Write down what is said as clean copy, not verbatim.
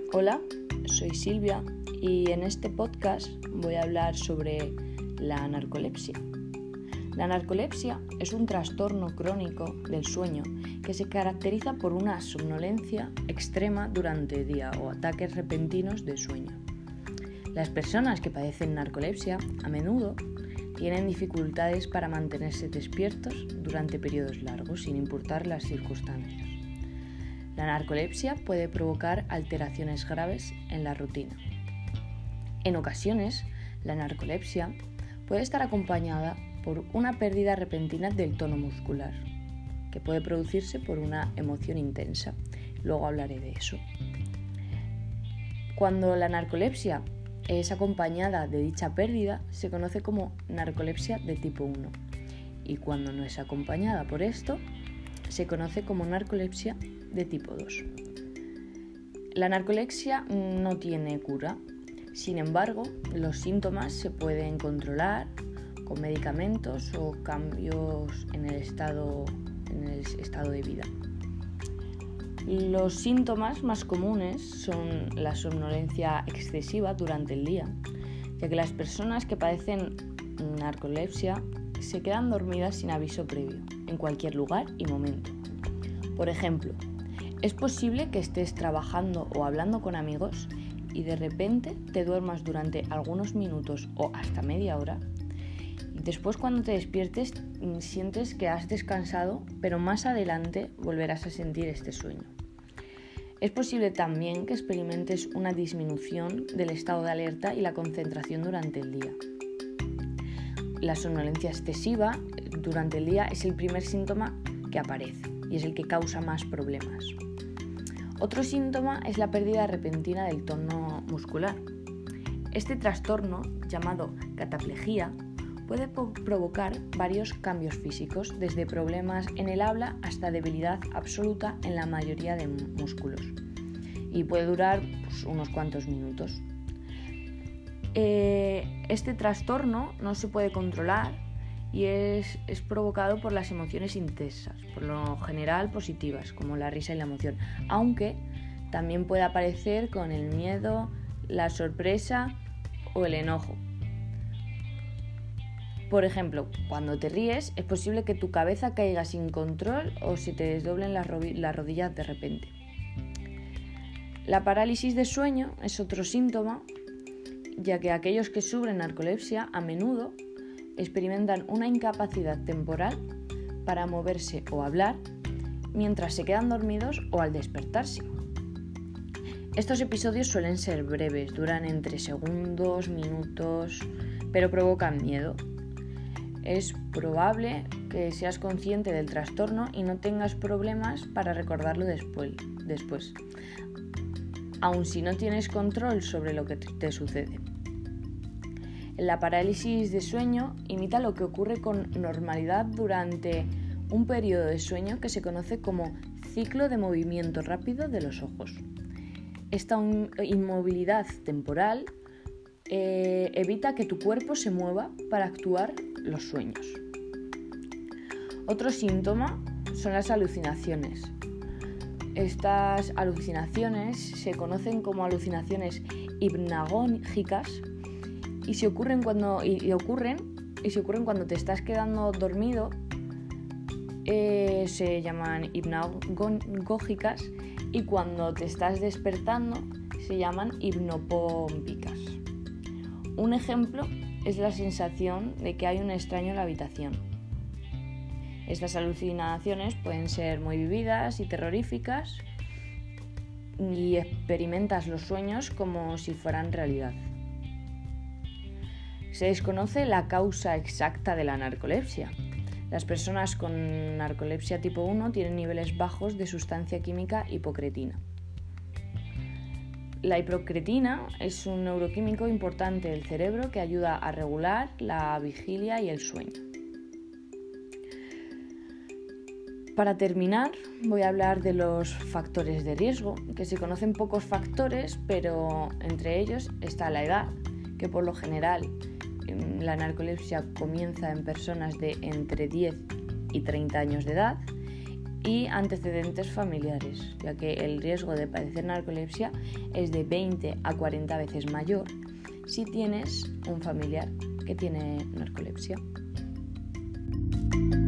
Hola, soy Silvia y en este podcast voy a hablar sobre la narcolepsia. La narcolepsia es un trastorno crónico del sueño que se caracteriza por una somnolencia extrema durante el día o ataques repentinos de sueño. Las personas que padecen narcolepsia a menudo tienen dificultades para mantenerse despiertos durante periodos largos sin importar las circunstancias. La narcolepsia puede provocar alteraciones graves en la rutina. En ocasiones, la narcolepsia puede estar acompañada por una pérdida repentina del tono muscular, que puede producirse por una emoción intensa. Luego hablaré de eso. Cuando la narcolepsia es acompañada de dicha pérdida, se conoce como narcolepsia de tipo 1. Y cuando no es acompañada por esto, se conoce como narcolepsia de tipo 2. La narcolepsia no tiene cura. Sin embargo, los síntomas se pueden controlar con medicamentos o cambios en el estado de vida. Los síntomas más comunes son la somnolencia excesiva durante el día, ya que las personas que padecen narcolepsia se quedan dormidas sin aviso previo, en cualquier lugar y momento. Por ejemplo, es posible que estés trabajando o hablando con amigos y de repente te duermas durante algunos minutos o hasta media hora. Y después, cuando te despiertes, sientes que has descansado, pero más adelante volverás a sentir este sueño. Es posible también que experimentes una disminución del estado de alerta y la concentración durante el día. La somnolencia excesiva durante el día es el primer síntoma que aparece y es el que causa más problemas. Otro síntoma es la pérdida repentina del tono muscular. Este trastorno, llamado cataplejía, puede provocar varios cambios físicos, desde problemas en el habla hasta debilidad absoluta en la mayoría de músculos, y puede durar unos cuantos minutos. Este trastorno no se puede controlar y es provocado por las emociones intensas, por lo general positivas, como la risa y la emoción, aunque también puede aparecer con el miedo, la sorpresa o el enojo. Por ejemplo, cuando te ríes, es posible que tu cabeza caiga sin control o se te desdoblen las rodillas de repente. La parálisis de sueño es otro síntoma, ya que aquellos que sufren narcolepsia a menudo experimentan una incapacidad temporal para moverse o hablar mientras se quedan dormidos o al despertarse. Estos episodios suelen ser breves, duran entre segundos, minutos, pero provocan miedo. Es probable que seas consciente del trastorno y no tengas problemas para recordarlo después, aun si no tienes control sobre lo que te sucede. La parálisis de sueño imita lo que ocurre con normalidad durante un periodo de sueño que se conoce como ciclo de movimiento rápido de los ojos. Esta inmovilidad temporal evita que tu cuerpo se mueva para actuar los sueños. Otro síntoma son las alucinaciones. Estas alucinaciones se conocen como alucinaciones hipnagógicas y ocurren cuando te estás quedando dormido. Se llaman hipnagógicas, y cuando te estás despertando se llaman hipnopómpicas. Un ejemplo es la sensación de que hay un extraño en la habitación. Estas alucinaciones pueden ser muy vividas y terroríficas, y experimentas los sueños como si fueran realidad. Se desconoce la causa exacta de la narcolepsia. Las personas con narcolepsia tipo 1 tienen niveles bajos de sustancia química hipocretina. La hipocretina es un neuroquímico importante del cerebro que ayuda a regular la vigilia y el sueño. Para terminar, voy a hablar de los factores de riesgo, que se conocen pocos factores, pero entre ellos está la edad, que por lo general la narcolepsia comienza en personas de entre 10 y 30 años de edad, y antecedentes familiares, ya que el riesgo de padecer narcolepsia es de 20 a 40 veces mayor si tienes un familiar que tiene narcolepsia.